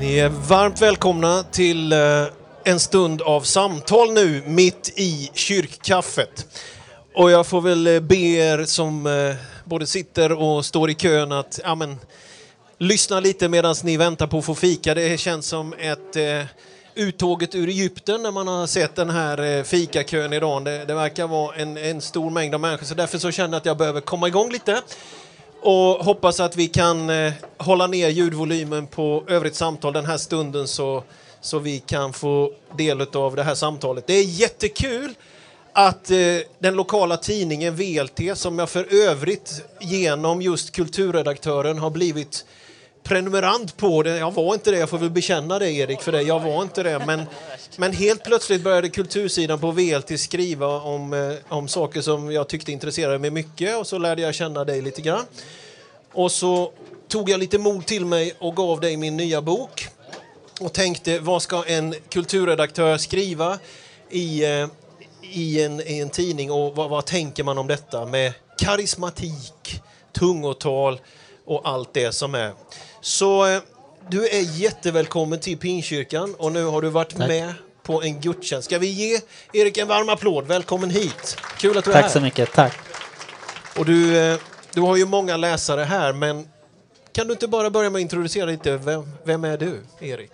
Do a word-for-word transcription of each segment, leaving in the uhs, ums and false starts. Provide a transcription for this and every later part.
Ni är varmt välkomna till eh, en stund av samtal nu mitt i kyrkkaffet. Och jag får väl eh, be er som eh, både sitter och står i kön att ja, men, lyssna lite medan ni väntar på att få fika. Det känns som ett eh, uttåget ur Egypten när man har sett den här eh, fikakön idag. Det, det verkar vara en, en stor mängd av människor, så därför så känner jag att jag behöver komma igång lite. Och hoppas att vi kan eh, hålla ner ljudvolymen på övrigt samtal den här stunden så, så vi kan få del av det här samtalet. Det är jättekul att eh, den lokala tidningen V L T, som jag för övrigt genom just kulturredaktören har blivit prenumerant på det. Jag var inte det, jag får väl bekänna det Erik för det. Jag var inte det, men, men helt plötsligt började kultursidan på V L T skriva om, eh, om saker som jag tyckte intresserade mig mycket, och så lärde jag känna dig lite grann. Och så tog jag lite mod till mig och gav dig min nya bok och tänkte, vad ska en kulturredaktör skriva i, eh, i, en, i en tidning, och vad, vad tänker man om detta med karismatik, tungotal och allt det som är. Så eh, du är jättevälkommen till Pingstkyrkan, och nu har du varit Tack. med på en gudstjänst. Ska vi ge Erik en varm applåd? Välkommen hit. Kul att du är Tack här. Tack så mycket, tack. Och du, eh, du har ju många läsare här, men kan du inte bara börja med att introducera lite? Vem, vem är du, Erik?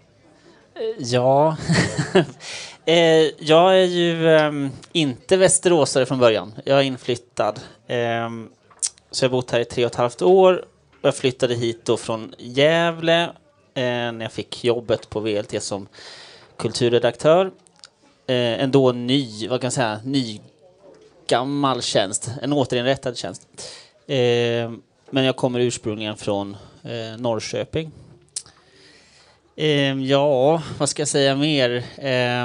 Ja, eh, jag är ju eh, inte västeråsare från början. Jag är inflyttad. Eh, så jag har bott här i tre och ett halvt år. Jag flyttade hit då från Gävle eh, när jag fick jobbet på V L T som kulturredaktör. Eh, en då ny, vad kan jag säga, ny gammal tjänst. En återinrättad tjänst. Eh, men jag kommer ursprungligen från eh, Norrköping. Eh, ja, vad ska jag säga mer? Eh,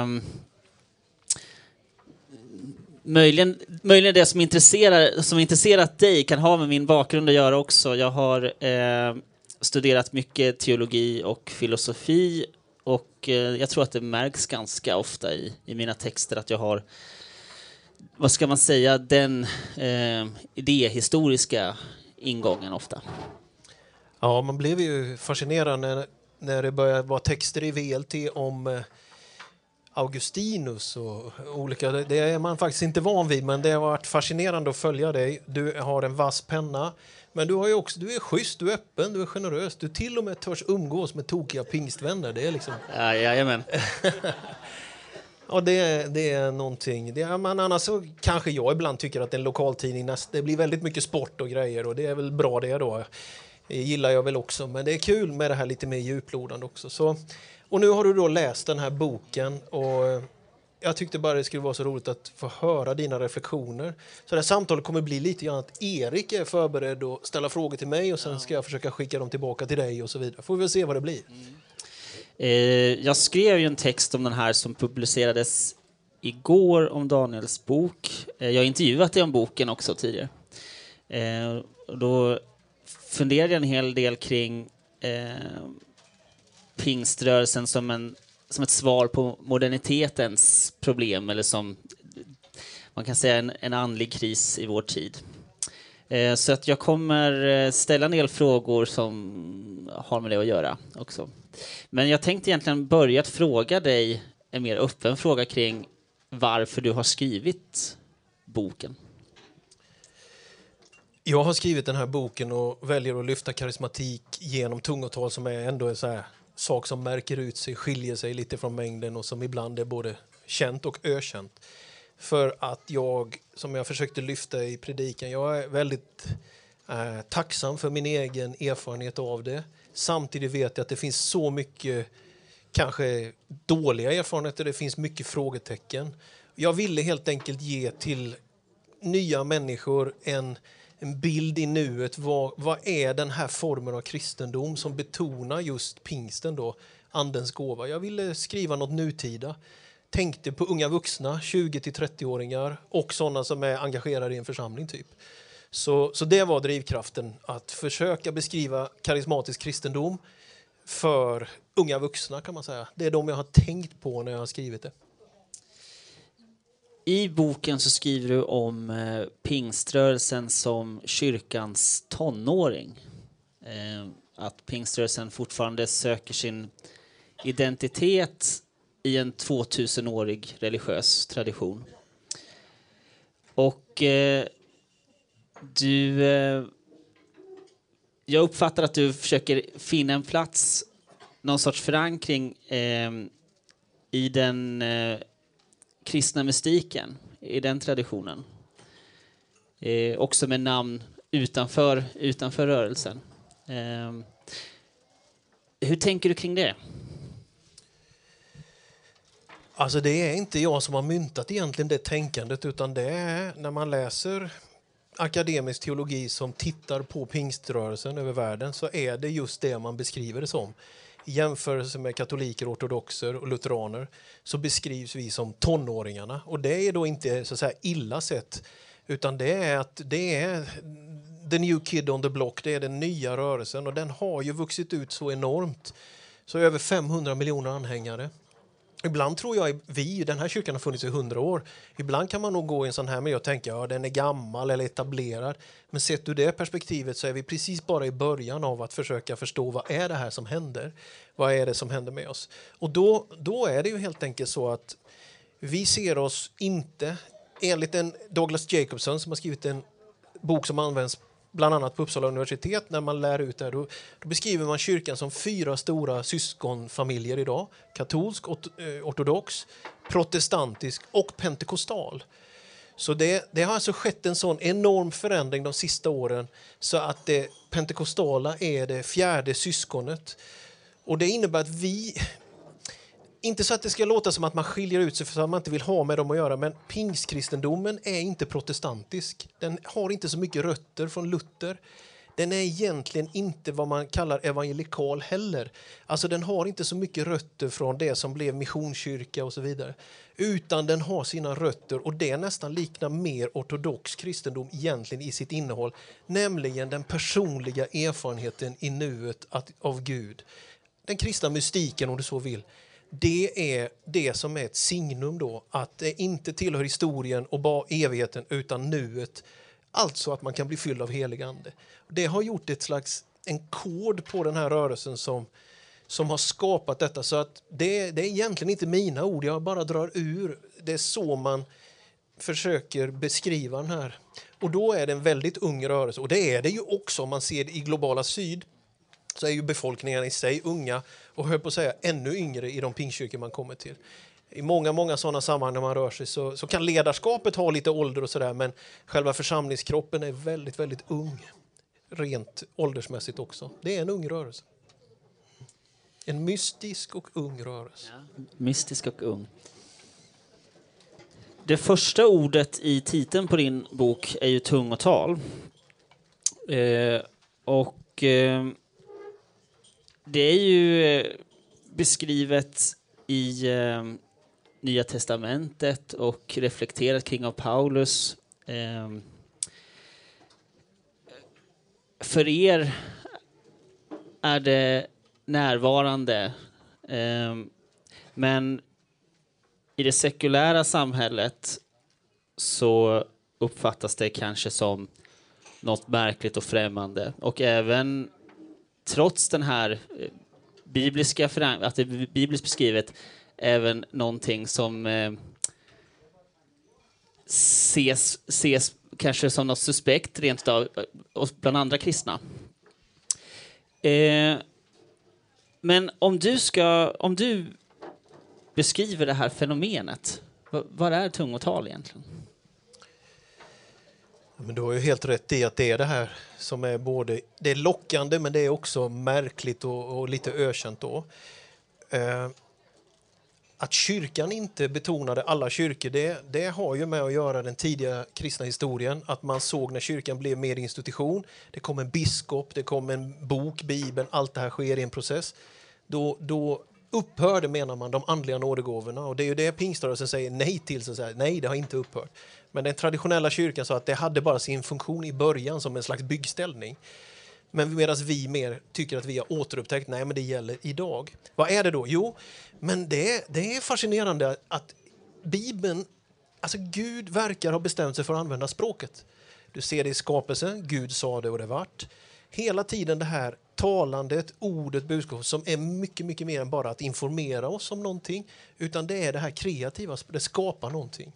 möjligen, möjligen det som intresserar, som intresserat dig kan ha med min bakgrund att göra också. Jag har eh, studerat mycket teologi och filosofi, och eh, jag tror att det märks ganska ofta i, i mina texter att jag har, vad ska man säga, den eh, idéhistoriska ingången ofta. Ja, man blev ju fascinerad när, när det började vara texter i V L T om eh, Augustinus och olika. Det är man faktiskt inte van vid, men det har varit fascinerande att följa dig. Du har en vass penna, men du har ju också, du är schysst, du är öppen, du är generös. Du till och med törs umgås med tokiga pingstvänner. Det är liksom... Ja, jajamän. Ja, det, det är någonting. Det är, man, annars så kanske jag ibland tycker att en lokaltidning, det blir väldigt mycket sport och grejer, och det är väl bra det då. Det gillar jag väl också, men det är kul med det här lite mer djuplodande också. Så, och nu har du då läst den här boken, och jag tyckte bara det skulle vara så roligt att få höra dina reflektioner. Så det här samtalet kommer bli lite grann att Erik är förberedd att ställa frågor till mig, och sen ska jag försöka skicka dem tillbaka till dig och så vidare. Får vi väl se vad det blir. Mm. Eh, jag skrev ju en text om den här som publicerades igår om Daniels bok. Eh, jag har intervjuat dig om boken också tidigare. Eh, då funderade jag en hel del kring eh, pingströrelsen som, en, som ett svar på modernitetens problem, eller som man kan säga en, en andlig kris i vår tid. Eh, så att jag kommer ställa en del frågor som har med det att göra också. Men jag tänkte egentligen börja att fråga dig en mer öppen fråga kring varför du har skrivit boken. Jag har skrivit den här boken och väljer att lyfta karismatik genom tungotal, som är ändå en sån här sak som märker ut sig, skiljer sig lite från mängden, och som ibland är både känt och ökänt. För att jag, som jag försökte lyfta i predikan, jag är väldigt eh, tacksam för min egen erfarenhet av det. Samtidigt vet jag att det finns så mycket kanske dåliga erfarenheter, det finns mycket frågetecken. Jag ville helt enkelt ge till nya människor en, en bild i nuet. Vad, vad är den här formen av kristendom som betonar just pingsten då, andens gåva? Jag ville skriva något nutida. Tänkte på unga vuxna, tjugo till trettio-åringar, och sådana som är engagerade i en församling typ. Så, så det var drivkraften, att försöka beskriva karismatisk kristendom för unga vuxna, kan man säga. Det är de jag har tänkt på när jag har skrivit det. I boken så skriver du om eh, pingströrelsen som kyrkans tonåring. Eh, att pingströrelsen fortfarande söker sin identitet i en tvåtusenårig religiös tradition. Och eh, du... Eh, jag uppfattar att du försöker finna en plats, någon sorts förankring eh, i den eh, kristna mystiken, i den traditionen. Eh, också med namn utanför, utanför rörelsen. Eh, hur tänker du kring det? Alltså det är inte jag som har myntat egentligen det tänkandet, utan det är när man läser akademisk teologi som tittar på pingströrelsen över världen, så är det just det man beskriver det som. I jämförelse med katoliker, ortodoxer och lutheraner så beskrivs vi som tonåringarna. Och det är då inte så att säga illa sett, utan det är att det är the new kid on the block, det är den nya rörelsen, och den har ju vuxit ut så enormt. Så över femhundra miljoner anhängare. Ibland tror jag vi, den här kyrkan har funnits i hundra år. Ibland kan man nog gå i en sån här miljö och tänka ja, den är gammal eller etablerad. Men sett ur det perspektivet så är vi precis bara i början av att försöka förstå vad är det här som händer. Vad är det som händer med oss? Och då, då är det ju helt enkelt så att vi ser oss inte, enligt en Douglas Jacobson som har skrivit en bok som används bland annat på Uppsala universitet, när man lär ut det här, då, då beskriver man kyrkan som fyra stora syskonfamiljer idag. Katolsk, ortodox, protestantisk och pentekostal. Så det, det har alltså skett en sån enorm förändring de sista åren, så att det pentekostala är det fjärde syskonet. Och det innebär att vi... Inte så att det ska låta som att man skiljer ut sig för att man inte vill ha med dem att göra, men pingstkristendomen är inte protestantisk. Den har inte så mycket rötter från Luther. Den är egentligen inte vad man kallar evangelikal heller. Alltså den har inte så mycket rötter från det som blev missionskyrka och så vidare. Utan den har sina rötter, och det nästan liknar mer ortodox kristendom egentligen i sitt innehåll. Nämligen den personliga erfarenheten i nuet att, av Gud. Den kristna mystiken, om du så vill. Det är det som är ett signum då, att det inte tillhör historien och bara evigheten utan nuet. Alltså att man kan bli fylld av helig ande. Det har gjort ett slags en kod på den här rörelsen som, som har skapat detta. Så att det, det är egentligen inte mina ord, jag bara drar ur. Det är så man försöker beskriva den här. Och då är det en väldigt ung rörelse. Och det är det ju också om man ser det i globala syd. Så är ju befolkningen i sig unga och hör på att säga ännu yngre i de pingstkyrkor man kommer till. I många, många sådana sammanhang när man rör sig så, så kan ledarskapet ha lite ålder och sådär, men själva församlingskroppen är väldigt, väldigt ung. Rent åldersmässigt också. Det är en ung rörelse. En mystisk och ung rörelse. Ja, mystisk och ung. Det första ordet i titeln på din bok är ju tungotal. Eh, och... Eh, Det är ju beskrivet i eh, Nya testamentet och reflekterat kring av Paulus. Eh, för er är det närvarande, eh, men i det sekulära samhället så uppfattas det kanske som något märkligt och främmande. Och även trots den här bibliska förang- att det är bibliskt beskrivet, även någonting som eh, ses, ses kanske som något suspekt rent av bland andra kristna. Eh, men om du ska, om du beskriver det här fenomenet, vad, vad är tungotal egentligen? Men du har ju helt rätt i att det är det här som är både, det är lockande men det är också märkligt och, och lite ökänt då. Eh, att kyrkan inte betonade alla kyrkor, det, det har ju med att göra den tidiga kristna historien. Att man såg när kyrkan blev mer institution, det kom en biskop, det kom en bok, Bibeln, allt det här sker i en process. Då, då upphörde, menar man, de andliga nådegåvorna. Och det är ju det pingströrelsen säger nej till. Så säger, nej, det har inte upphört. Men den traditionella kyrkan sa att det hade bara sin funktion i början som en slags byggställning. Men medan vi mer tycker att vi har återupptäckt, nej men det gäller idag. Vad är det då? Jo, men det, det är fascinerande att Bibeln, alltså Gud verkar ha bestämt sig för att använda språket. Du ser det i skapelsen, Gud sa det och det vart. Hela tiden det här talandet, ordet, budskap som är mycket, mycket mer än bara att informera oss om någonting, utan det är det här kreativa, det skapar någonting.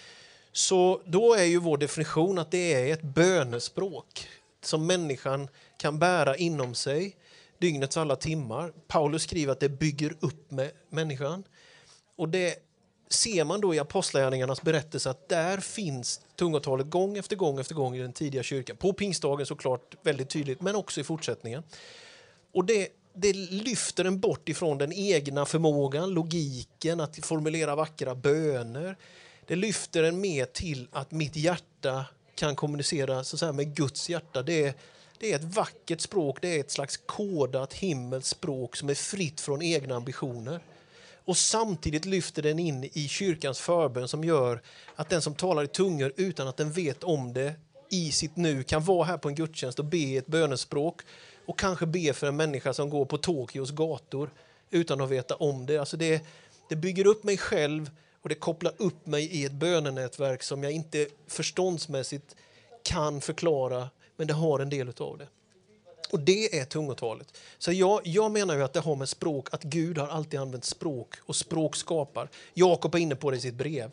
Så då är ju vår definition att det är ett bönespråk som människan kan bära inom sig dygnets alla timmar. Paulus skriver att det bygger upp med människan. Och det ser man då i apostlagärningarnas berättelse att där finns tungotalet gång efter gång efter gång i den tidiga kyrkan. På pingstdagen såklart väldigt tydligt, men också i fortsättningen. Och det, det lyfter en bort ifrån den egna förmågan, logiken, att formulera vackra böner. Det lyfter en mer till att mitt hjärta kan kommunicera så att säga, med Guds hjärta. Det är, det är ett vackert språk, det är ett slags kodat himmelsspråk som är fritt från egna ambitioner. Och samtidigt lyfter den in i kyrkans förbön som gör att den som talar i tungor utan att den vet om det i sitt nu kan vara här på en gudstjänst och be ett bönespråk och kanske be för en människa som går på Tokyos gator utan att veta om det. Alltså det, det bygger upp mig själv och det kopplar upp mig i ett bönenätverk som jag inte förståndsmässigt kan förklara, men det har en del av det. Och det är tungotalet. Så jag, jag menar ju att det har med språk, att Gud har alltid använt språk och språk skapar. Jakob är inne på det i sitt brev.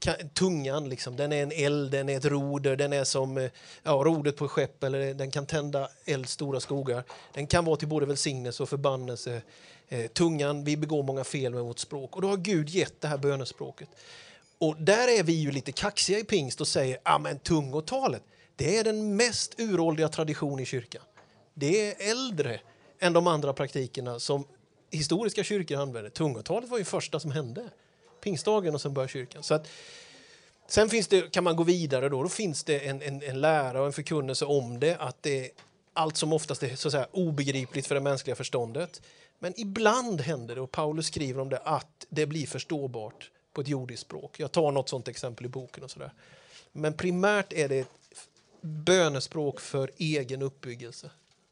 Tungan, liksom, den är en eld, den är ett roder, den är som ja, rodet på skepp, eller den kan tända eld stora skogar. Den kan vara till både välsignelse och förbannelse. Eh, tungan, vi begår många fel med vårt språk. Och då har Gud gett det här bönespråket. Och där är vi ju lite kaxiga i pingst och säger, ja men tungotalet, det är den mest uråldriga tradition i kyrkan. Det är äldre än de andra praktikerna som historiska kyrkor använder. Tungotalet var ju första som hände. Pingstdagen och sen började kyrkan. Så att, sen finns det, kan man gå vidare då. Då finns det en, en, en lära och en förkunnelse om det. Att det allt som oftast är så att säga, obegripligt för det mänskliga förståndet. Men ibland händer det, och Paulus skriver om det, att det blir förståbart på ett jordiskt språk. Jag tar något sånt exempel i boken och sådär. Men primärt är det ett bönespråk för egen uppbyggelse.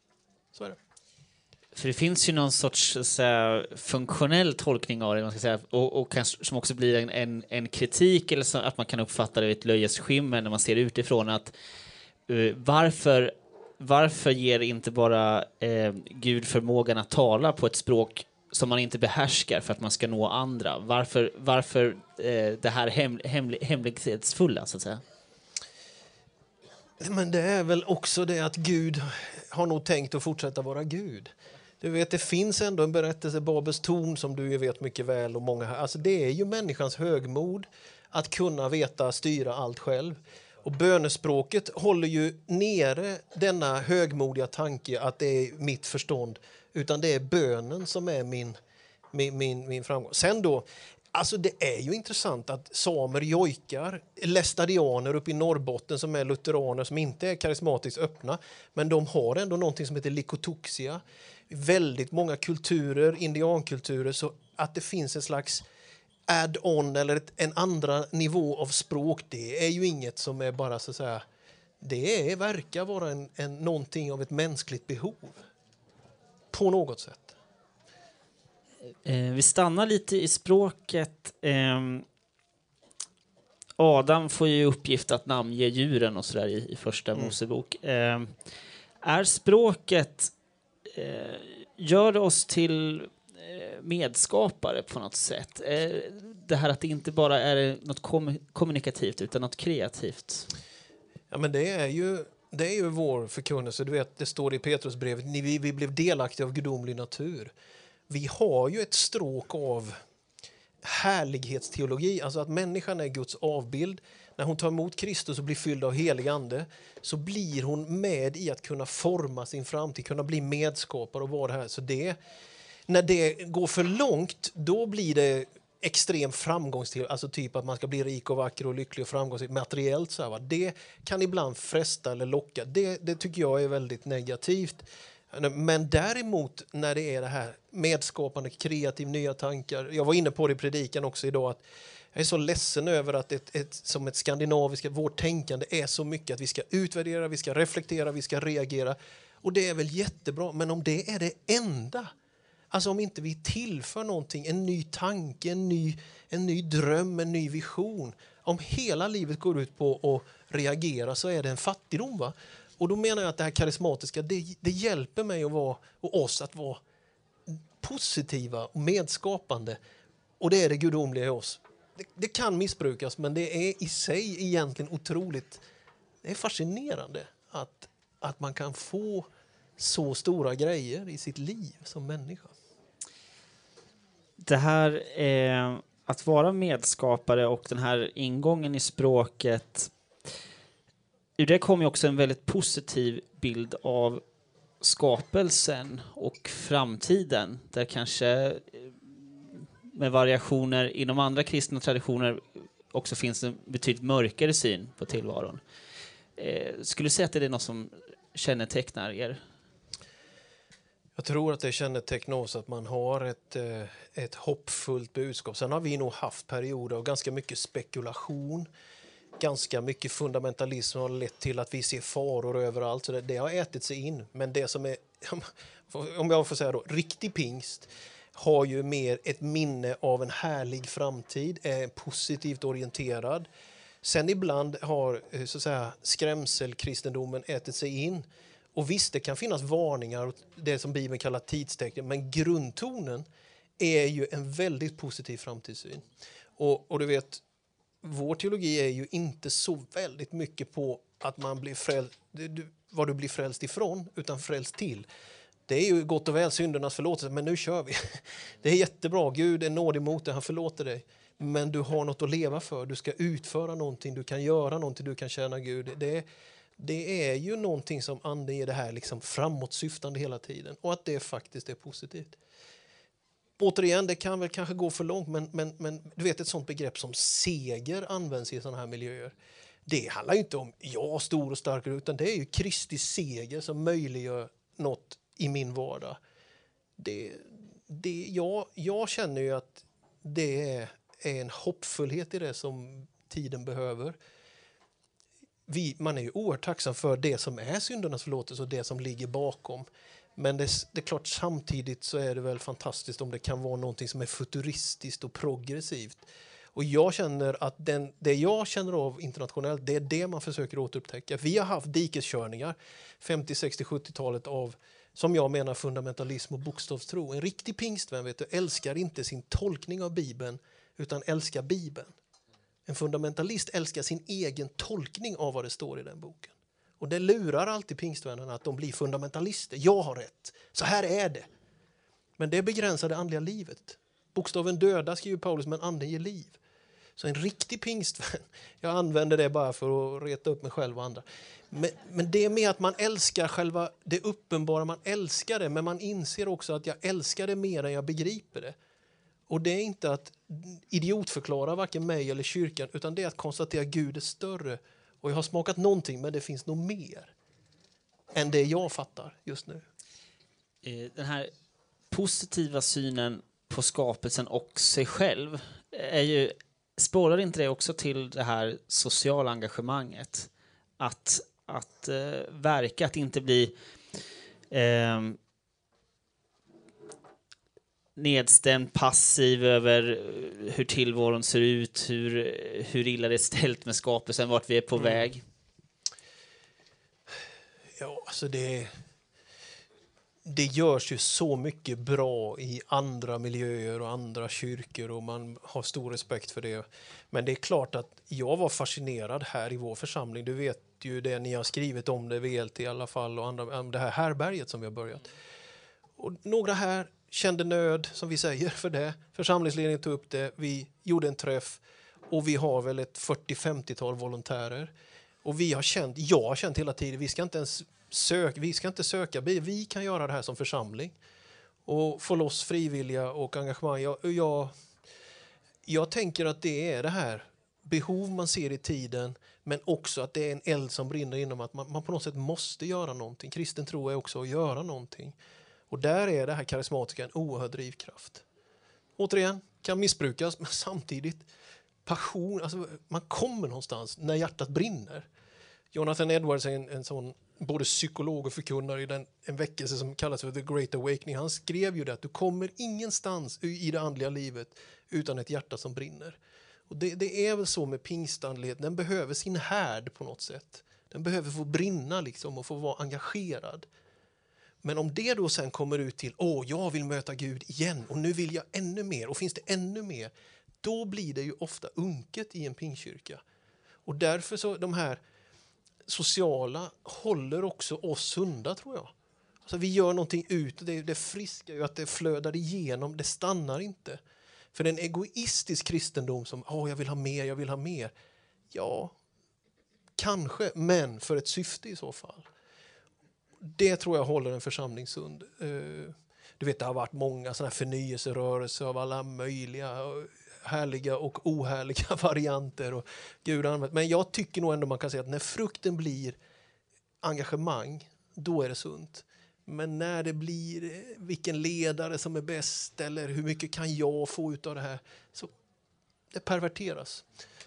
Så är det. För det finns ju någon sorts så säga, funktionell tolkning av det, man ska säga, och, och kanske som också blir en, en, en kritik, eller så att man kan uppfatta det i ett löjes skimmer när man ser utifrån att uh, varför, varför ger inte bara uh, Gud förmågan att tala på ett språk som man inte behärskar för att man ska nå andra? Varför, varför uh, det här hem, hemlig, hemlighetsfulla, så att säga? Men det är väl också det att Gud har nog tänkt att fortsätta vara Gud. Du vet, det finns ändå en berättelse, Babels torn, som du ju vet mycket väl, och många här. Alltså det är ju människans högmod att kunna veta, styra allt själv. Och bönespråket håller ju nere denna högmodiga tanke att det är mitt förstånd, utan det är bönen som är min, min, min, min framgång. Sen då, alltså det är ju intressant att samer jojkar, lästadianer uppe i Norrbotten som är lutheraner som inte är karismatiskt öppna, men de har ändå någonting som heter likotoxia. Väldigt många kulturer, indiankulturer, så att det finns en slags add-on eller ett, en andra nivå av språk, det är ju inget som är bara så att säga, det är, verkar vara en, en, någonting av ett mänskligt behov på något sätt. Eh, vi stannar lite i språket. Eh, Adam får ju uppgift att namnge djuren och sådär i, i första mm. Mosebok. Eh, är språket, eh, gör det oss till eh, medskapare på något sätt? Eh, det här att det inte bara är något kom- kommunikativt utan något kreativt. Ja, men det är ju, det är ju vår förkunnelse. Du vet, det står i Petrusbrevet, vi, vi blev delaktiga av gudomlig natur. Vi har ju ett stråk av härlighetsteologi, alltså att människan är Guds avbild. När hon tar emot Kristus och blir fylld av helig ande så blir hon med i att kunna forma sin framtid, kunna bli medskapare och vara här. Så det, när det går för långt, då blir det extrem framgångsteologi, alltså typ att man ska bli rik och vacker och lycklig och framgångsrik materiellt. Så här, va? Det kan ibland fresta eller locka. Det, det tycker jag är väldigt negativt. Men däremot när det är det här medskapande, kreativ, nya tankar. Jag var inne på det i predikan också idag att jag är så ledsen över att ett, ett, som ett skandinaviskt, vårt tänkande är så mycket att vi ska utvärdera, vi ska reflektera, vi ska reagera. Och det är väl jättebra, men om det är det enda, alltså om inte vi tillför någonting, en ny tanke, en ny, en ny dröm, en ny vision. Om hela livet går ut på att reagera så är det en fattigdom, va? Och då menar jag att det här karismatiska, det, det hjälper mig att vara, och oss att vara positiva och medskapande. Och det är det gudomliga i oss. Det, det kan missbrukas, men det är i sig egentligen otroligt, det är fascinerande att, att man kan få så stora grejer i sitt liv som människa. Det här eh, att vara medskapare och den här ingången i språket, ur det kommer ju också en väldigt positiv bild av skapelsen och framtiden, där kanske med variationer inom andra kristna traditioner också finns en betydligt mörkare syn på tillvaron. Eh, skulle du säga att det är något som kännetecknar er? Jag tror att det kännetecknar oss att man har ett, ett hoppfullt budskap. Sen har vi nog haft perioder av ganska mycket spekulation. Ganska mycket fundamentalism har lett till att vi ser faror överallt. Så det, det har ätit sig in. Men det som är, om jag får säga då, riktig pingst har ju mer ett minne av en härlig framtid. Är positivt orienterad. Sen ibland har så att säga, skrämselkristendomen ätit sig in. Och visst, det kan finnas varningar, det som Bibeln kallar tidstecken, men grundtonen är ju en väldigt positiv framtidssyn. Och, och du vet, vår teologi är ju inte så väldigt mycket på att man blir frälst, vad du blir frälst ifrån, utan frälst till. Det är ju gott och väl syndernas förlåtelse, men nu kör vi. Det är jättebra, Gud är nådig mot dig, han förlåter dig. Men du har något att leva för, du ska utföra någonting, du kan göra någonting, du kan tjäna Gud. Det är, det är ju någonting som anden ger det här liksom framåtsyftande hela tiden. Och att det faktiskt är positivt. Återigen, det kan väl kanske gå för långt, men, men, men du vet ett sånt begrepp som seger används i sådana här miljöer. Det handlar ju inte om jag stor och stark, utan det är ju Kristi seger som möjliggör något i min vardag. Det, det, jag, jag känner ju att det är, är en hoppfullhet i det som tiden behöver. Vi, man är ju oerhört tacksam för det som är syndernas förlåtelse och det som ligger bakom. Men det, det är klart, samtidigt så är det väl fantastiskt om det kan vara någonting som är futuristiskt och progressivt. Och jag känner att den, det jag känner av internationellt, det är det man försöker återupptäcka. Vi har haft dikeskörningar femtio, sextio, sjuttiotalet av, som jag menar, fundamentalism och bokstavstro. En riktig pingstvän, vet du, älskar inte sin tolkning av Bibeln utan älskar Bibeln. En fundamentalist älskar sin egen tolkning av vad det står i den boken. Och det lurar alltid pingstvännerna att de blir fundamentalister. Jag har rätt. Så här är det. Men det begränsar det andliga livet. Bokstaven döda, skriver Paulus, men anden ger liv. Så en riktig pingstvän, jag använder det bara för att reta upp mig själv och andra. Men, men det är med att man älskar själva det uppenbara, man älskar det, men man inser också att jag älskar det mer än jag begriper det. Och det är inte att idiotförklara varken mig eller kyrkan, utan det är att konstatera att Gud är större. Och jag har smakat någonting, men det finns nog mer än det jag fattar just nu. Den här positiva synen på skapelsen och sig själv är ju, spårar inte det också till det här sociala engagemanget? Att, att eh, verka, att inte bli eh, nedstämd, passiv över hur tillvaron ser ut, hur, hur illa det är ställt med skapelsen, vart vi är på mm. väg. Ja, alltså det, det görs ju så mycket bra i andra miljöer och andra kyrkor och man har stor respekt för det. Men det är klart att jag var fascinerad här i vår församling. Du vet ju det, ni har skrivit om det, V L T i alla fall, och andra, det här härberget som vi har börjat. Och några här kände nöd, som vi säger, för det. Församlingsledningen tog upp det. Vi gjorde en träff och vi har väl ett fyrtio femtiotal volontärer. Och vi har känt, jag har känt hela tiden, vi ska inte ens söka, vi ska inte söka, vi kan göra det här som församling. Och få loss frivilliga och engagemang. Jag, jag, jag tänker att det är det här behov man ser i tiden, men också att det är en eld som brinner inom att man, man på något sätt måste göra någonting. Kristen tro är också att göra någonting. Och där är det här karismatiska en oerhörd drivkraft. Återigen, kan missbrukas, men samtidigt passion, alltså man kommer någonstans när hjärtat brinner. Jonathan Edwards är en, en sån både psykolog och förkunnare i den, en väckelse som kallas för The Great Awakening. Han skrev ju det att du kommer ingenstans i det andliga livet utan ett hjärta som brinner. Och det, det är väl så med pingstandlighet, den behöver sin härd på något sätt. Den behöver få brinna liksom och få vara engagerad. Men om det då sen kommer ut till, åh, jag vill möta Gud igen och nu vill jag ännu mer och finns det ännu mer, då blir det ju ofta unket i en pingkyrka. Och därför så de här sociala håller också oss sunda, tror jag. Alltså vi gör någonting ut, det, det friskar ju att det flödar igenom, det stannar inte. För en egoistisk kristendom som, åh, jag vill ha mer, jag vill ha mer. Ja, kanske, men för ett syfte i så fall. Det tror jag håller en församling sund. Du vet, det har varit många sådana här förnyelserörelser av alla möjliga härliga och ohärliga varianter. Och Gud använder. Men jag tycker nog ändå man kan säga att när frukten blir engagemang, då är det sunt. Men när det blir vilken ledare som är bäst eller hur mycket kan jag få ut av det här, så det perverteras.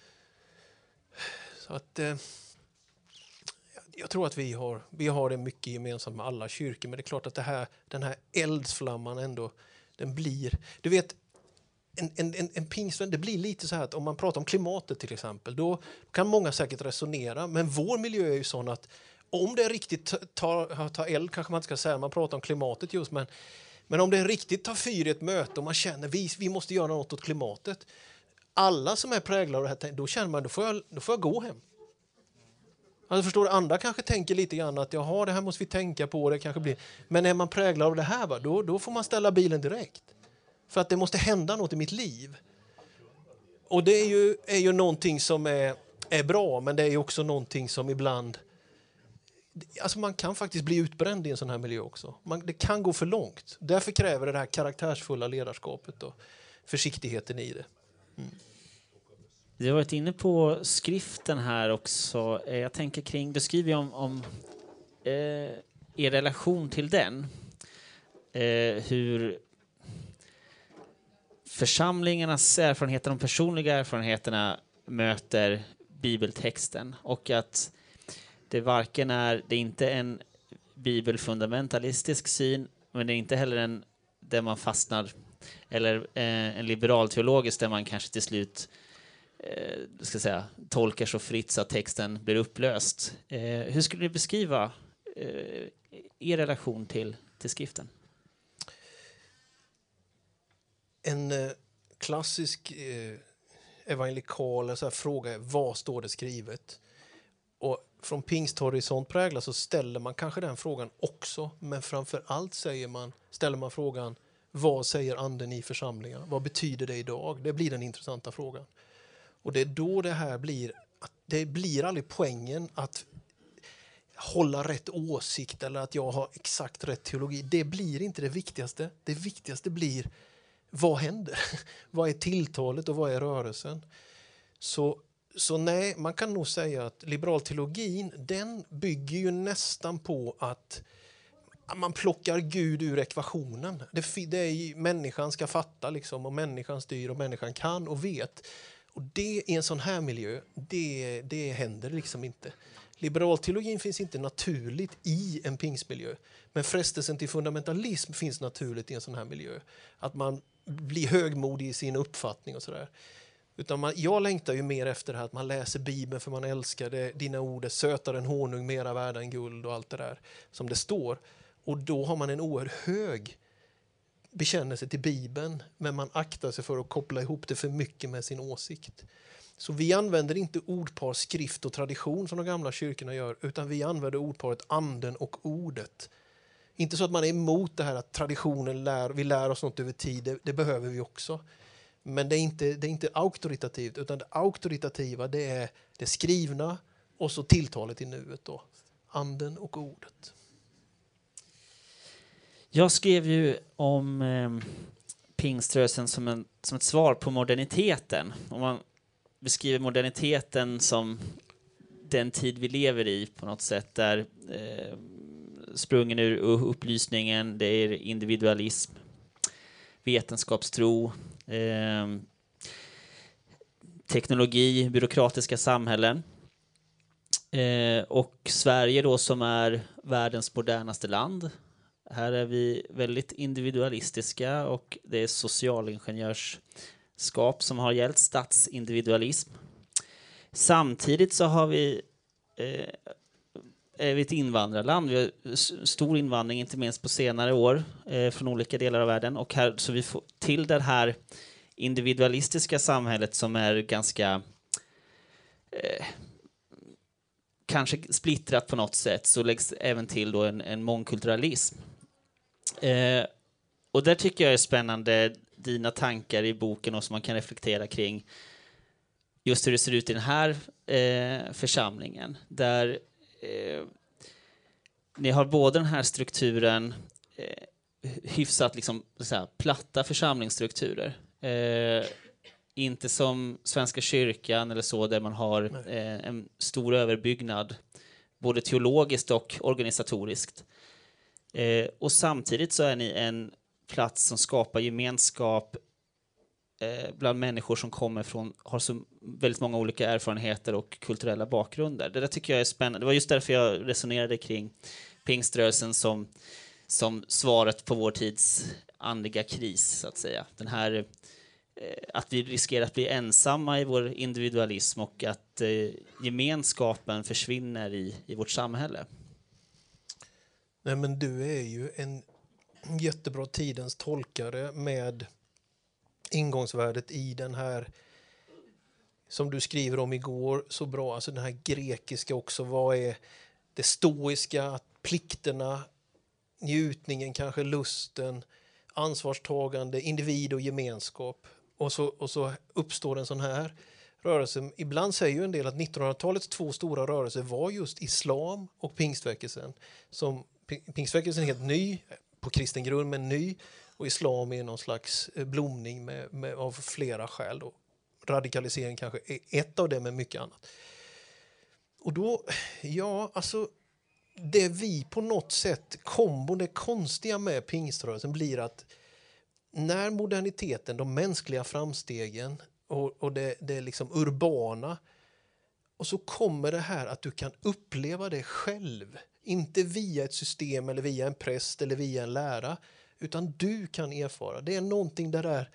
Så att eh, jag tror att vi har, vi har det mycket gemensamt med alla kyrkor, men det är klart att det här, den här eldsflamman ändå, den blir, du vet, en, en, en, en pingstvän, det blir lite så här att om man pratar om klimatet till exempel, då kan många säkert resonera, men vår miljö är ju sån att om det är riktigt tar ta eld, kanske man inte ska säga, man pratar om klimatet just, men, men om det är riktigt tar fyr i ett möte och man känner vi, vi måste göra något åt klimatet, alla som är präglade av det här, då känner man, då får jag, då får jag gå hem. Alltså förstår du, andra kanske tänker lite grann att jaha, det här måste vi tänka på, det kanske blir, men är man präglad av det här, va, då, då får man ställa bilen direkt. För att det måste hända något i mitt liv. Och det är ju, är ju någonting som är, är bra, men det är ju också någonting som ibland, alltså man kan faktiskt bli utbränd i en sån här miljö också. Man, det kan gå för långt. Därför kräver det här karaktärsfulla ledarskapet och försiktigheten i det. Mm. Du har varit inne på skriften här också. Jag tänker kring, du skriver om, om eh, er relation till den. Eh, hur församlingarnas erfarenheter, de personliga erfarenheterna möter bibeltexten. Och att det varken är, det är inte en bibelfundamentalistisk syn, men det är inte heller en där man fastnar, eller eh, en liberal teologisk där man kanske till slut eh, ska säga, tolkar så fritt så att texten blir upplöst. Eh, hur skulle du beskriva eh, er relation till, till skriften? En eh, klassisk eh, evangelikal så här, fråga är, vad står det skrivet? Och från pingsthorisont präglas så ställer man kanske den frågan också, men framför allt säger man, ställer man frågan, vad säger anden i församlingen? Vad betyder det idag? Det blir den intressanta frågan. Och det är då det här blir, att det blir aldrig poängen att hålla rätt åsikt eller att jag har exakt rätt teologi. Det blir inte det viktigaste. Det viktigaste blir, vad händer? Vad är tilltalet och vad är rörelsen? Så Så nej, man kan nog säga att liberalteologin, den bygger ju nästan på att man plockar Gud ur ekvationen. Det, det är ju, människan ska fatta liksom, och människan styr och människan kan och vet. Och det i en sån här miljö, det, det händer liksom inte. Liberalteologin finns inte naturligt i en pingstmiljö. Men frestelsen till fundamentalism finns naturligt i en sån här miljö. Att man blir högmodig i sin uppfattning och sådär. Utan man, jag längtar ju mer efter det här att man läser Bibeln för man älskar det. Dina ord är sötare än honung, mera värda än guld och allt det där som det står. Och då har man en oerhört hög bekännelse till Bibeln, men man aktar sig för att koppla ihop det för mycket med sin åsikt. Så vi använder inte ordpar skrift och tradition som de gamla kyrkorna gör, utan vi använder ordparet anden och ordet. Inte så att man är emot det här att traditionen lär, vi lär oss något över tid, det, det behöver vi också. Men det är inte, det är inte auktoritativt, utan det auktoritativa det är det skrivna och så tilltalet i nuet då. Anden och ordet. Jag skrev ju om eh, pingströrelsen som, en, som ett svar på moderniteten. Om man beskriver moderniteten som den tid vi lever i på något sätt, där eh, sprungen ur upplysningen, det är individualism, vetenskapstro, eh, teknologi, byråkratiska samhällen. Eh, och Sverige då som är världens modernaste land. Här är vi väldigt individualistiska och det är socialingenjörsskap som har gällt, statsindividualism. Samtidigt så har vi eh, är vi ett invandrarland. Vi har stor invandring, inte minst på senare år, eh, från olika delar av världen. Och här, så vi får till det här individualistiska samhället som är ganska eh, kanske splittrat på något sätt, så läggs även till då en, en mångkulturalism. Eh, och där tycker jag är spännande dina tankar i boken och som man kan reflektera kring just hur det ser ut i den här eh, församlingen. Där eh, ni har både den här strukturen, eh, hyfsat liksom, så här, platta församlingsstrukturer. Eh, inte som Svenska kyrkan eller så, där man har eh, en stor överbyggnad, både teologiskt och organisatoriskt. Eh, och samtidigt så är ni en plats som skapar gemenskap eh, bland människor som kommer från, har så väldigt många olika erfarenheter och kulturella bakgrunder. Det där tycker jag är spännande. Det var just därför jag resonerade kring pingströrelsen som, som svaret på vår tids andliga kris, så att säga. Den här eh, att vi riskerar att bli ensamma i vår individualism och att eh, gemenskapen försvinner i, i vårt samhälle. Nej, men du är ju en jättebra tidens tolkare med ingångsvärdet i den här, som du skriver om igår så bra, alltså den här grekiska också. Vad är det stoiska, plikterna, njutningen, kanske lusten, ansvarstagande, individ och gemenskap. Och så, och så uppstår en sån här rörelse. Ibland säger ju en del att nittonhundratalets två stora rörelser var just islam och pingstväckelsen. Som pingstväckelsen är helt ny, på kristen grund, men ny. Och islam är någon slags blomning med, med, av flera skäl. Då. Radikalisering kanske är ett av dem, med mycket annat. Och då, ja, alltså det vi på något sätt, kombon, det konstiga med pingströrelsen blir att när moderniteten, de mänskliga framstegen och, och det, det liksom urbana, och så kommer det här att du kan uppleva det själv. Inte via ett system eller via en präst eller via en lära, utan du kan erfara. Det är någonting där där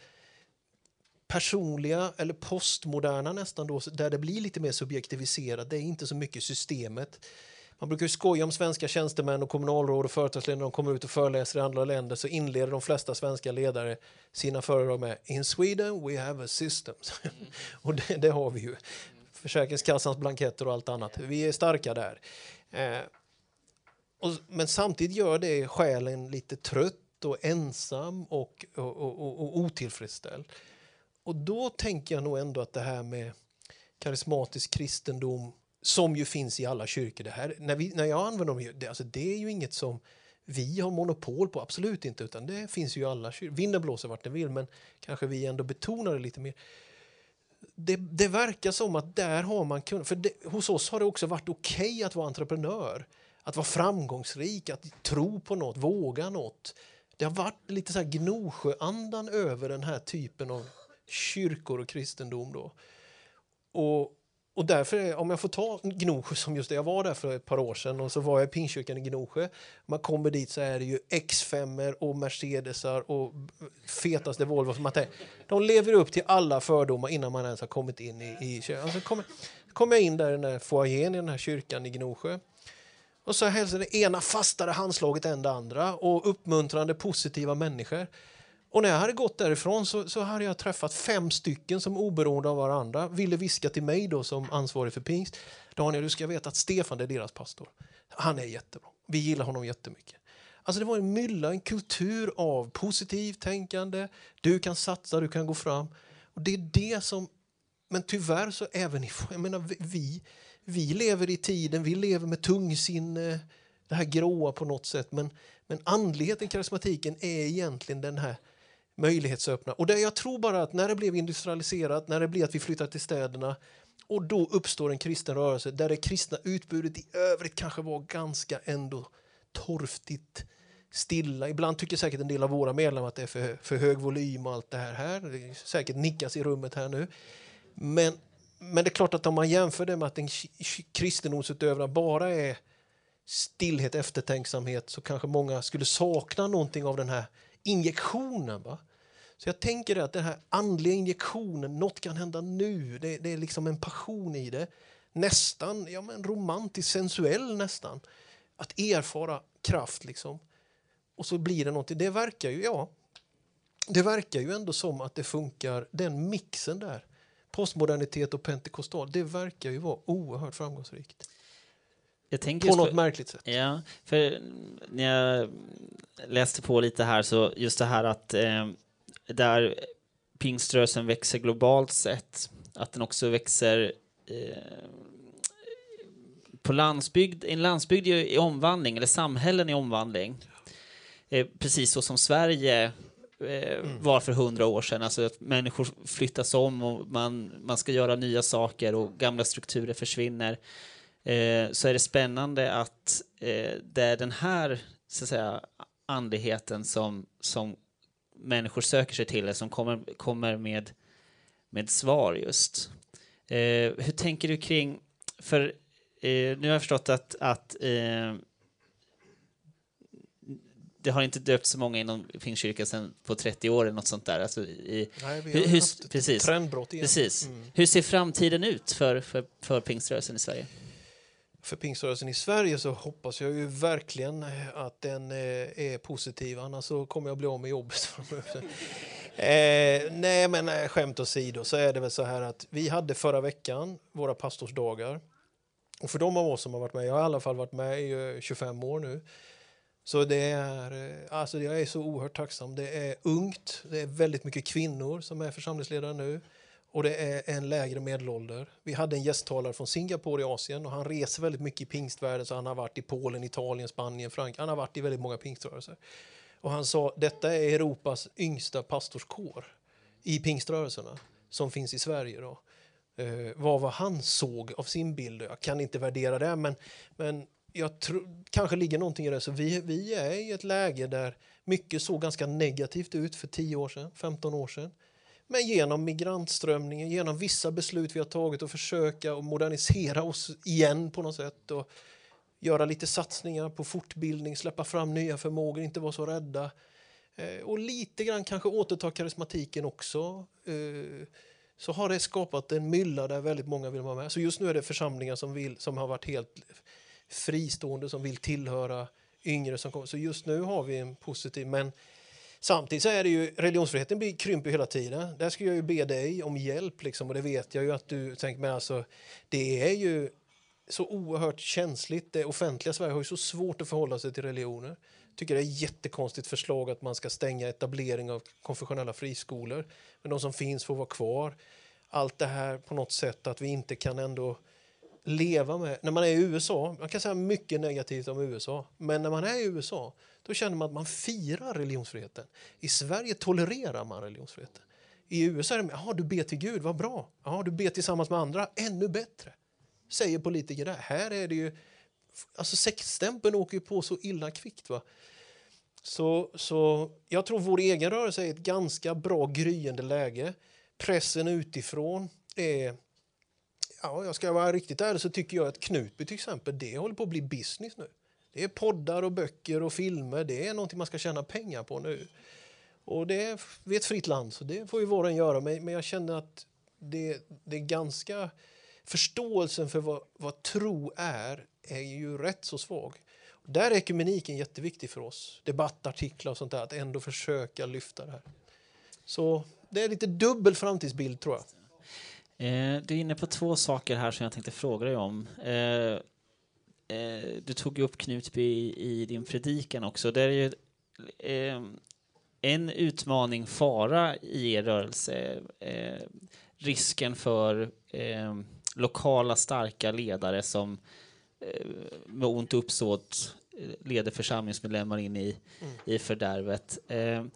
personliga eller postmoderna nästan då, där det blir lite mer subjektiviserat. Det är inte så mycket systemet. Man brukar ju skoja om svenska tjänstemän och kommunalråd och företagsledare. När de kommer ut och föreläser i andra länder så inleder de flesta svenska ledare sina föredrag med In Sweden we have a system. Mm. Och det, det har vi ju. Försäkringskassans blanketter och allt annat. Vi är starka där. Eh, och, men samtidigt gör det själen lite trött och ensam och, och, och, och, och otillfredsställd. Och då tänker jag nog ändå att det här med karismatisk kristendom, som ju finns i alla kyrkor, det här, när, vi, när jag använder dem, det, alltså det är ju inget som vi har monopol på, absolut inte, utan det finns ju i alla kyrkor. Vinden blåser vart den vill, men kanske vi ändå betonar det lite mer. Det, det verkar som att där har man kunnat, för det, hos oss har det också varit okej okay att vara entreprenör, att vara framgångsrik, att tro på något, våga något. Det har varit lite så här Gnosjöandan över den här typen av kyrkor och kristendom då. Och, och därför, om jag får ta Gnosjö som just det, jag var där för ett par år sedan och så var jag i Pingstkyrkan i Gnosjö. Man kommer dit så är det ju X fem och Mercedesar och fetaste Volvo som att det, de lever upp till alla fördomar innan man ens har kommit in i, i kyrkan. Alltså kom, kom jag in där i den här foajén i den här kyrkan i Gnosjö. Och så hälsade det ena fastare handslaget än det andra och uppmuntrande positiva människor. Och när jag hade gått därifrån så, så hade jag träffat fem stycken som oberoende av varandra ville viska till mig då som ansvarig för pingst. Daniel, du ska veta att Stefan är deras pastor. Han är jättebra. Vi gillar honom jättemycket. Alltså det var en mylla, en kultur av positivt tänkande. Du kan satsa, du kan gå fram. Och det är det som, men tyvärr så även, jag menar vi, vi lever i tiden, vi lever med tungsinne, det här gråa på något sätt. Men, men andligheten, karismatiken är egentligen den här möjlighetsöppna. Och det, jag tror bara att när det blev industrialiserat, när det blev att vi flyttar till städerna och då uppstår en kristen rörelse där det kristna utbudet i övrigt kanske var ganska ändå torftigt, stilla. Ibland tycker säkert en del av våra medlemmar att det är för, för hög volym och allt det här här. Det är säkert nickas i rummet här nu. Men, men det är klart att om man jämför det med att en kristendomsutövare bara är stillhet, eftertänksamhet, så kanske många skulle sakna någonting av den här injektionen. Va? Så jag tänker att den här andliga injektionen, något kan hända nu. Det, det är liksom en passion i det. nästan ja, men romantiskt, sensuell nästan. Att erfara kraft liksom. Och så blir det någonting. Det verkar ju, ja, det verkar ju ändå som att det funkar, den mixen där. Postmodernitet och pentekostal, det verkar ju vara oerhört framgångsrikt. Jag tänker på något för, märkligt sätt. Ja, för när jag läste på lite här så just det här att eh, där pingströrelsen växer globalt sett, att den också växer eh, på landsbygd, en landsbygd i omvandling, eller samhällen i omvandling. Eh, precis så som Sverige eh, var för hundra år sedan. Alltså att människor flyttas om och man, man ska göra nya saker och gamla strukturer försvinner. Eh, så är det spännande att eh, det är den här så att säga, andligheten som, som människor söker sig till, som kommer, kommer med, med svar just. Eh, hur tänker du kring, för eh, nu har jag förstått att, att eh, det har inte döpt så många inom Pingstkyrkan sedan på trettio år eller något sånt där. Alltså i, Nej, vi hur, har hur, haft ett precis, trendbrott igen. precis. Mm. Hur ser framtiden ut för, för, för pingströrelsen i Sverige? För pingströrelsen i Sverige så hoppas jag ju verkligen att den är positiv, annars så kommer jag bli av med jobbet. eh, nej men skämt åsido så är det väl så här att vi hade förra veckan våra pastorsdagar. Och för de av oss som har varit med, jag har i alla fall varit med i tjugofem år nu. Så det är, alltså jag är så oerhört tacksam. Det är ungt, det är väldigt mycket kvinnor som är församlingsledare nu. Och det är en lägre medelålder. Vi hade en gästtalare från Singapore i Asien och han reser väldigt mycket i pingstvärlden, så han har varit i Polen, Italien, Spanien, Frankrike. Han har varit i väldigt många pingströrelser. Och han sa, detta är Europas yngsta pastorskår i pingströrelserna som finns i Sverige då. Eh, vad var han såg av sin bild? Jag kan inte värdera det, men, men jag tror kanske ligger någonting i det. Så vi, vi är i ett läge där mycket såg ganska negativt ut för tio år sedan, femton år sedan. Men genom migrantströmningen, genom vissa beslut vi har tagit och försöka och modernisera oss igen på något sätt och göra lite satsningar på fortbildning, släppa fram nya förmågor, inte vara så rädda. Eh, och lite grann kanske återta karismatiken också. Eh, så har det skapat en mylla där väldigt många vill vara med. Så just nu är det församlingar som, vill, som har varit helt fristående, som vill tillhöra yngre som kommer. Så just nu har vi en positiv, men samtidigt så är det ju, religionsfriheten blir krymper hela tiden. Där ska jag ju be dig om hjälp liksom, och det vet jag ju att du tänker med. Alltså, det är ju så oerhört känsligt. Det offentliga Sverige har ju så svårt att förhålla sig till religioner. Tycker det är ett jättekonstigt förslag att man ska stänga etablering av konfessionella friskolor. Men de som finns får vara kvar. Allt det här på något sätt att vi inte kan ändå leva med. När man är i U S A, man kan säga mycket negativt om U S A, men när man är i U S A då känner man att man firar religionsfriheten. I Sverige tolererar man religionsfriheten. I U S A är det, jaha, du ber till Gud, vad bra. Jaha, du ber tillsammans med andra, ännu bättre. Säger politiker där. Här är det ju, alltså sexstämpeln åker ju på så illa kvickt va. Så, så jag tror vår egen rörelse är ett ganska bra gryende läge. Pressen utifrån är, ja, jag ska vara riktigt ärlig så tycker jag att Knutby till exempel, det håller på att bli business nu. Det är poddar och böcker och filmer, det är någonting man ska tjäna pengar på nu. Och det är, vi är ett fritt land så det får ju var och en göra, men jag känner att det, det är ganska, förståelsen för vad, vad tro är, är ju rätt så svag. Och där är ekumeniken jätteviktig för oss, debattartiklar och sånt där, att ändå försöka lyfta det här. Så det är lite dubbel framtidsbild tror jag. Eh, du är inne på två saker här som jag tänkte fråga dig om. Eh, eh, du tog upp Knutby i, i din predikan också. Det är ju eh, en utmaning, fara i er rörelse. Eh, risken för eh, lokala starka ledare som eh, med ont uppsåt leder församlingsmedlemmar in i, mm. i fördärvet. Eh,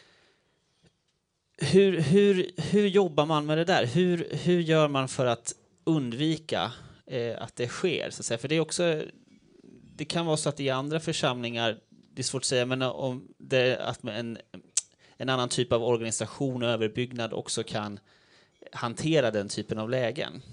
Hur, hur, hur jobbar man med det där? Hur, hur gör man för att undvika eh, att det sker? Så att säga? För det är också, det kan vara så att i andra församlingar, det är svårt att säga, men om det, att en, en annan typ av organisation och överbyggnad också kan hantera den typen av lägen.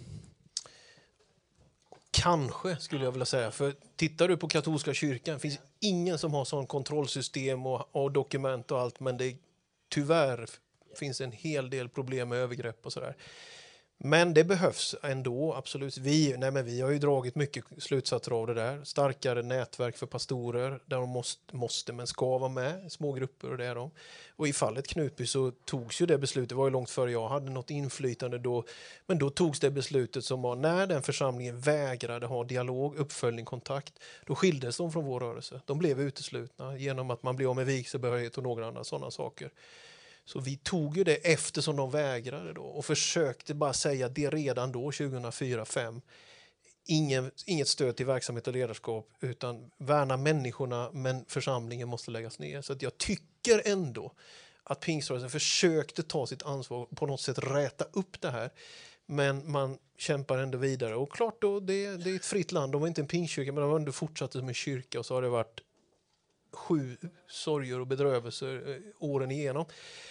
Kanske skulle jag vilja säga, för tittar du på katolska kyrkan finns ingen som har sån kontrollsystem och, och dokument och allt, men det tyvärr finns en hel del problem med övergrepp och sådär. Men det behövs ändå, absolut. Vi, nej men vi har ju dragit mycket slutsatser av det där. Starkare nätverk för pastorer där de måste, måste men ska vara med, små grupper och det är de. Och i fallet Knutby så togs ju det beslutet, det var ju långt före jag hade något inflytande då, men då togs det beslutet som var när den församlingen vägrade ha dialog, uppföljning, kontakt, då skildes de från vår rörelse. De blev uteslutna genom att man blev av med vigselbehörighet och några andra sådana saker. Så vi tog ju det eftersom de vägrade då och försökte bara säga det redan då, tjugohundrafyra fem. Ingen, inget stöd till verksamhet och ledarskap utan värna människorna men församlingen måste läggas ner. Så att jag tycker ändå att pingströrelsen försökte ta sitt ansvar på något sätt räta upp det här. Men man kämpar ändå vidare. Och klart då, det, det är ett fritt land. De var inte en pingstkyrka men de var ändå fortsatt som en kyrka och så har det varit sju sorger och bedrövelser eh, åren igenom.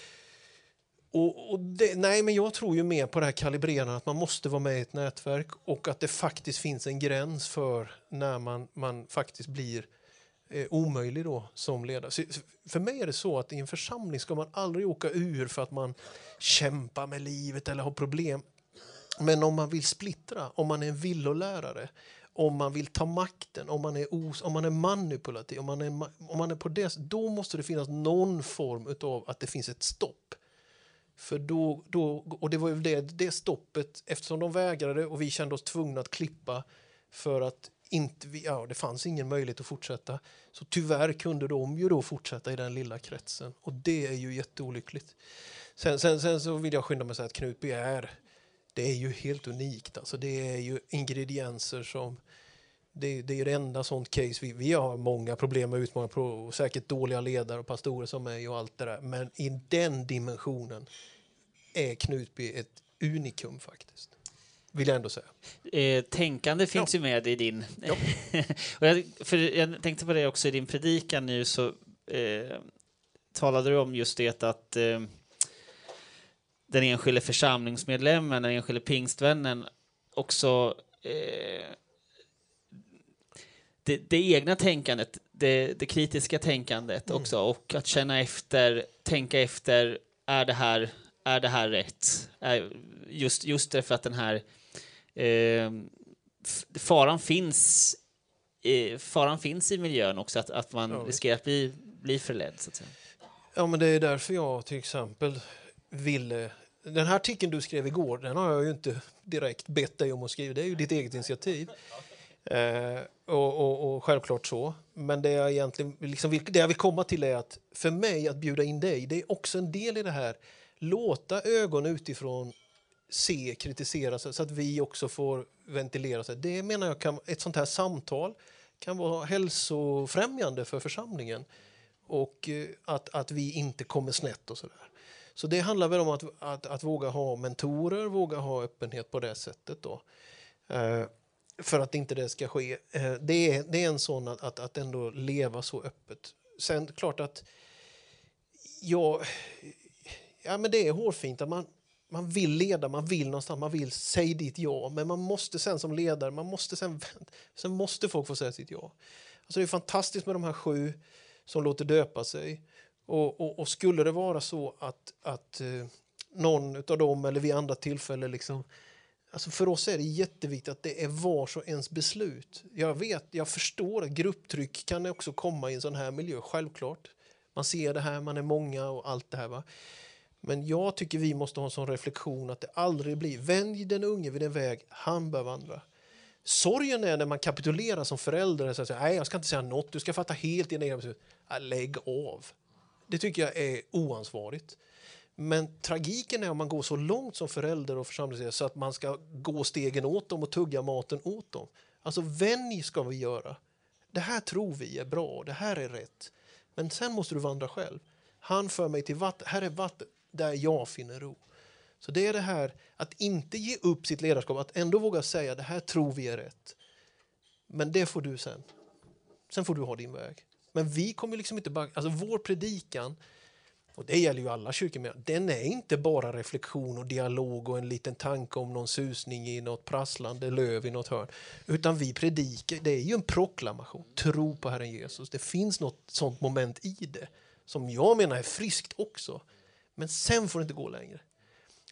Och, och det, nej, men jag tror ju mer på det här kalibrerande att man måste vara med i ett nätverk och att det faktiskt finns en gräns för när man, man faktiskt blir eh, omöjlig då som ledare. Så, för mig är det så att i en församling ska man aldrig åka ur för att man kämpar med livet eller har problem. Men om man vill splittra, om man är en villolärare, om man vill ta makten, om man är, os, om man är manipulativ, om man är, om man är på det, då måste det finnas någon form av att det finns ett stopp. För då, då, och det var ju det, det stoppet, eftersom de vägrade och vi kände oss tvungna att klippa för att inte, ja, det fanns ingen möjlighet att fortsätta. Så tyvärr kunde de ju då fortsätta i den lilla kretsen. Och det är ju jätteolyckligt. Sen, sen, sen så vill jag skynda mig att säga att Knutby är, det är ju helt unikt. Alltså det är ju ingredienser som, det, det är det enda sånt case. Vi, vi har många problem med utmaningar och säkert dåliga ledare och pastorer som mig och allt det där. Men i den dimensionen är Knutby ett unikum faktiskt. Vill jag ändå säga. Eh, tänkande finns ja. ju med i din. Ja. och jag, för jag tänkte på det också i din predikan nu så eh, talade du om just det att eh, den enskilde församlingsmedlemmen, den enskilde pingstvännen också eh, det, det egna tänkandet, det, det kritiska tänkandet mm. också och att känna efter, tänka efter, är det här, är det här rätt? Är, just, just därför att den här eh, faran finns eh, faran finns i miljön också, att, att man ja, riskerar att bli, bli förledd så att säga. Ja, men det är därför jag till exempel ville, den här artikeln du skrev igår, den har jag ju inte direkt bett dig om att skriva, det är ju ditt eget initiativ. Eh, och, och, och självklart så. Men det jag egentligen liksom vill, det jag vill komma till är att för mig att bjuda in dig, det är också en del i det här. Låta ögon utifrån se, kritisera sig så att vi också får ventilera sig. Det menar jag kan, ett sånt här samtal kan vara hälsofrämjande för församlingen. Och eh, att, att vi inte kommer snett och sådär. Så det handlar väl om att, att, att våga ha mentorer, våga ha öppenhet på det sättet då. Eh, för att inte det ska ske. Eh, det, är, det är en sån att, att, att ändå leva så öppet. Sen klart att ja, ja men det är hårfint att man, man vill leda, man vill någonstans, man vill säga ditt ja. Men man måste sen som ledare, man måste sen, sen måste folk få säga sitt ja. Alltså det är fantastiskt med de här sju som låter döpa sig. Och, och, och skulle det vara så att, att eh, någon av dem eller vid andra tillfällen liksom, alltså för oss är det jätteviktigt att det är vars och ens beslut. Jag vet, jag förstår att grupptryck kan också komma i en sån här miljö, självklart. Man ser det här, man är många och allt det här va. Men jag tycker vi måste ha en sån reflektion att det aldrig blir, vänd den unge vid en väg, han bör vandra. Sorgen är när man kapitulerar som förälder och säger, nej jag ska inte säga något, du ska fatta helt dina egna beslut. Ja, lägg av. Det tycker jag är oansvarigt. Men tragiken är om man går så långt som förälder och församlingsledare så att man ska gå stegen åt dem och tugga maten åt dem. Alltså vänj ska vi göra. Det här tror vi är bra, det här är rätt. Men sen måste du vandra själv. Han för mig till vatten, här är vatten där jag finner ro. Så det är det här att inte ge upp sitt ledarskap, att ändå våga säga det här tror vi är rätt. Men det får du sen. Sen får du ha din väg. Men vi kommer liksom inte bara, alltså vår predikan, och det gäller ju alla kyrkor med, den är inte bara reflektion och dialog och en liten tanke om någon susning i något prasslande löv i något hörn. Utan vi predikar, det är ju en proklamation, tro på Herren Jesus. Det finns något sånt moment i det som jag menar är friskt också. Men sen får det inte gå längre.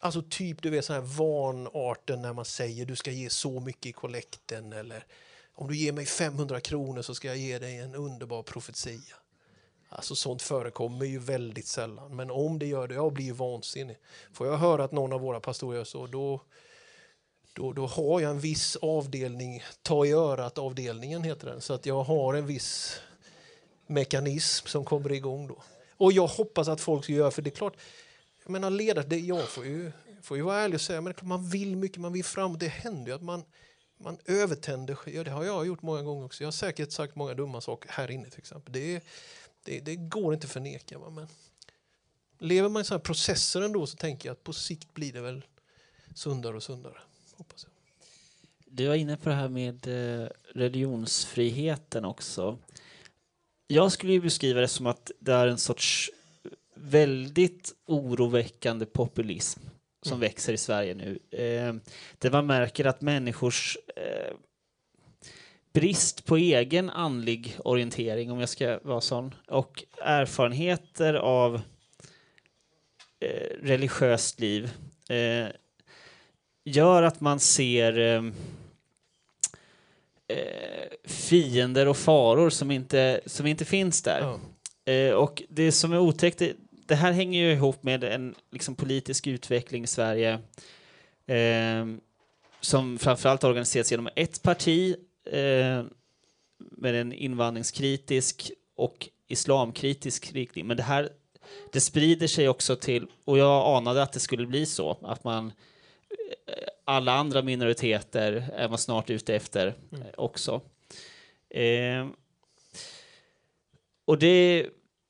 Alltså typ du vet så här vanarten när man säger du ska ge så mycket i kollekten, eller om du ger mig femhundra kronor så ska jag ge dig en underbar profetia. Alltså sånt förekommer ju väldigt sällan, men om det gör det, jag blir ju vansinnig. Får jag höra att någon av våra pastorer gör så, då, då, då har jag en viss avdelning, ta i örat avdelningen heter den, så att jag har en viss mekanism som kommer igång då. Och jag hoppas att folk ska göra, för det är klart, jag menar ledare, det, jag får ju, får ju vara ärlig och säga, men det är klart, man vill mycket, man vill fram, det händer ju att man, man övertänder, ja, det har jag gjort många gånger också, jag har säkert sagt många dumma saker här inne till exempel, det, det, det går inte att förneka, men lever man i sådana processer ändå, så tänker jag att på sikt blir det väl sundare och sundare, hoppas jag. Du var inne på det här med religionsfriheten också. Jag skulle ju beskriva det som att det är en sorts väldigt oroväckande populism som mm. växer i Sverige nu. Eh, där man märker att människors eh, brist på egen andlig orientering, om jag ska vara sån, och erfarenheter av eh, religiöst liv eh, gör att man ser eh, eh, fiender och faror som inte, som inte finns där. Oh. Eh, och det som är otäckt, det, det här hänger ju ihop med en liksom, politisk utveckling i Sverige eh, som framförallt organiseras genom ett parti eh, med en invandringskritisk och islamkritisk riktning. Men det här, det sprider sig också till, och jag anade att det skulle bli så, att man alla andra minoriteter är man snart ute efter mm. också. Eh, och det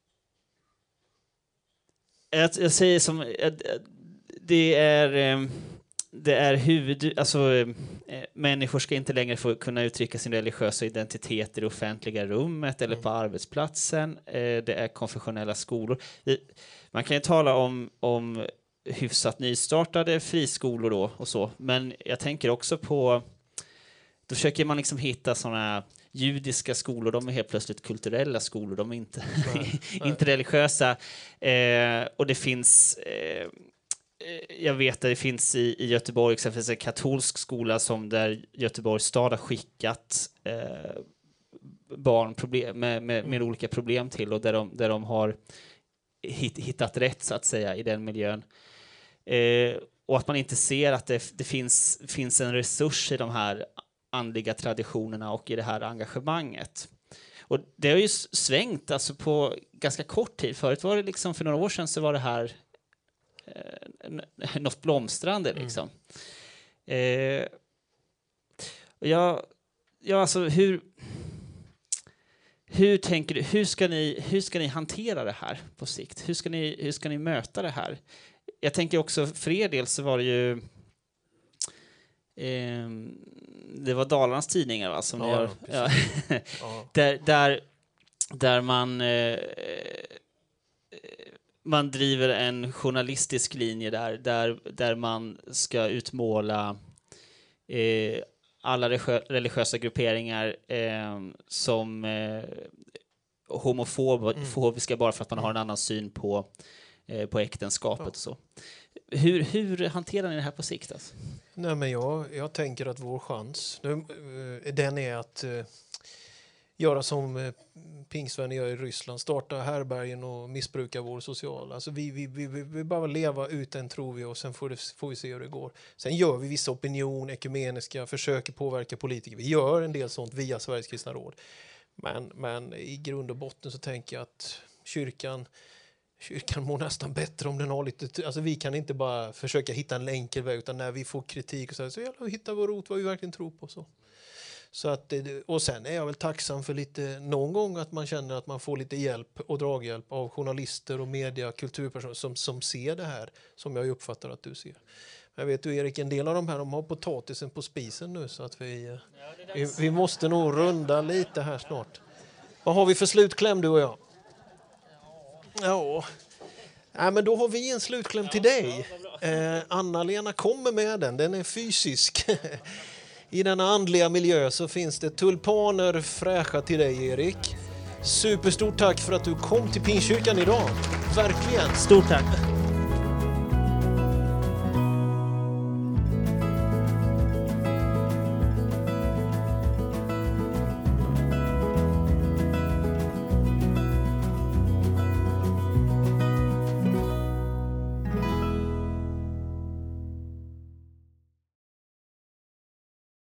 jag, jag säger som det är det är huvud, alltså människor ska inte längre få kunna uttrycka sin religiösa identitet i det offentliga rummet eller mm. på arbetsplatsen. Det är konfessionella skolor. Man kan ju tala om om hyfsat nystartade friskolor då och så, men jag tänker också på, då försöker man liksom hitta sådana judiska skolor, de är helt plötsligt kulturella skolor, de är inte, nej, inte religiösa. Eh, och det finns, eh, jag vet att det finns i, i Göteborg exempelvis en katolsk skola som där Göteborgs stad har skickat eh, barn problem, med, med, med olika problem till, och där de, där de har hit, hittat rätt så att säga i den miljön. Eh, och att man inte ser att det, det finns, finns en resurs i de här andliga traditionerna och i det här engagemanget. Och det har ju svängt alltså på ganska kort tid. Förut var det liksom, för några år sedan så var det här eh, något blomstrande liksom. Mm. Eh, och jag, ja, alltså hur hur tänker du, hur ska ni hur ska ni hantera det här på sikt? Hur ska ni hur ska ni möta det här? Jag tänker också för er del så var det ju eh, det var Dalarnas tidningar va, som ja, gör, ja. Ja. där, där, där man eh, man driver en journalistisk linje där, där, där man ska utmåla eh, alla religiösa grupperingar eh, som eh, homofobiska mm. bara för att man har en annan syn på på äktenskapet ja. Och så. Hur, hur hanterar ni det här på sikt? Alltså? Nej, men jag, jag tänker att vår chans nu, den är att uh, göra som uh, pingstvänner gör i Ryssland, starta härbergen och missbruka vår sociala. Alltså vi, vi, vi, vi bara leva ut den tror vi, och sen får, det, får vi se hur det går. Sen gör vi vissa opinion, ekumeniska, försöker påverka politiker. Vi gör en del sånt via Sveriges kristna råd. Men, men i grund och botten så tänker jag att kyrkan Kyrkan mår nästan bättre om den har lite... Alltså vi kan inte bara försöka hitta en enkel väg, utan när vi får kritik och så, så jävla hitta vår rot, vad vi verkligen tror på. Så. Så att, och sen är jag väl tacksam för lite, någon gång att man känner att man får lite hjälp och draghjälp av journalister och media, kulturpersoner som, som ser det här, som jag uppfattar att du ser. Jag vet du Erik, en del av de här de har potatisen på spisen nu, så att vi, ja, vi, vi måste nog runda lite här snart. Vad har vi för slutkläm du och jag? Ja, ja, men då har vi en slutkläm till dig. Eh, Anna-Lena kommer med den, den är fysisk. I denna andliga miljö så finns det tulpaner fräscha till dig Erik. Superstort tack för att du kom till Pingstkyrkan idag. Verkligen. Stort tack.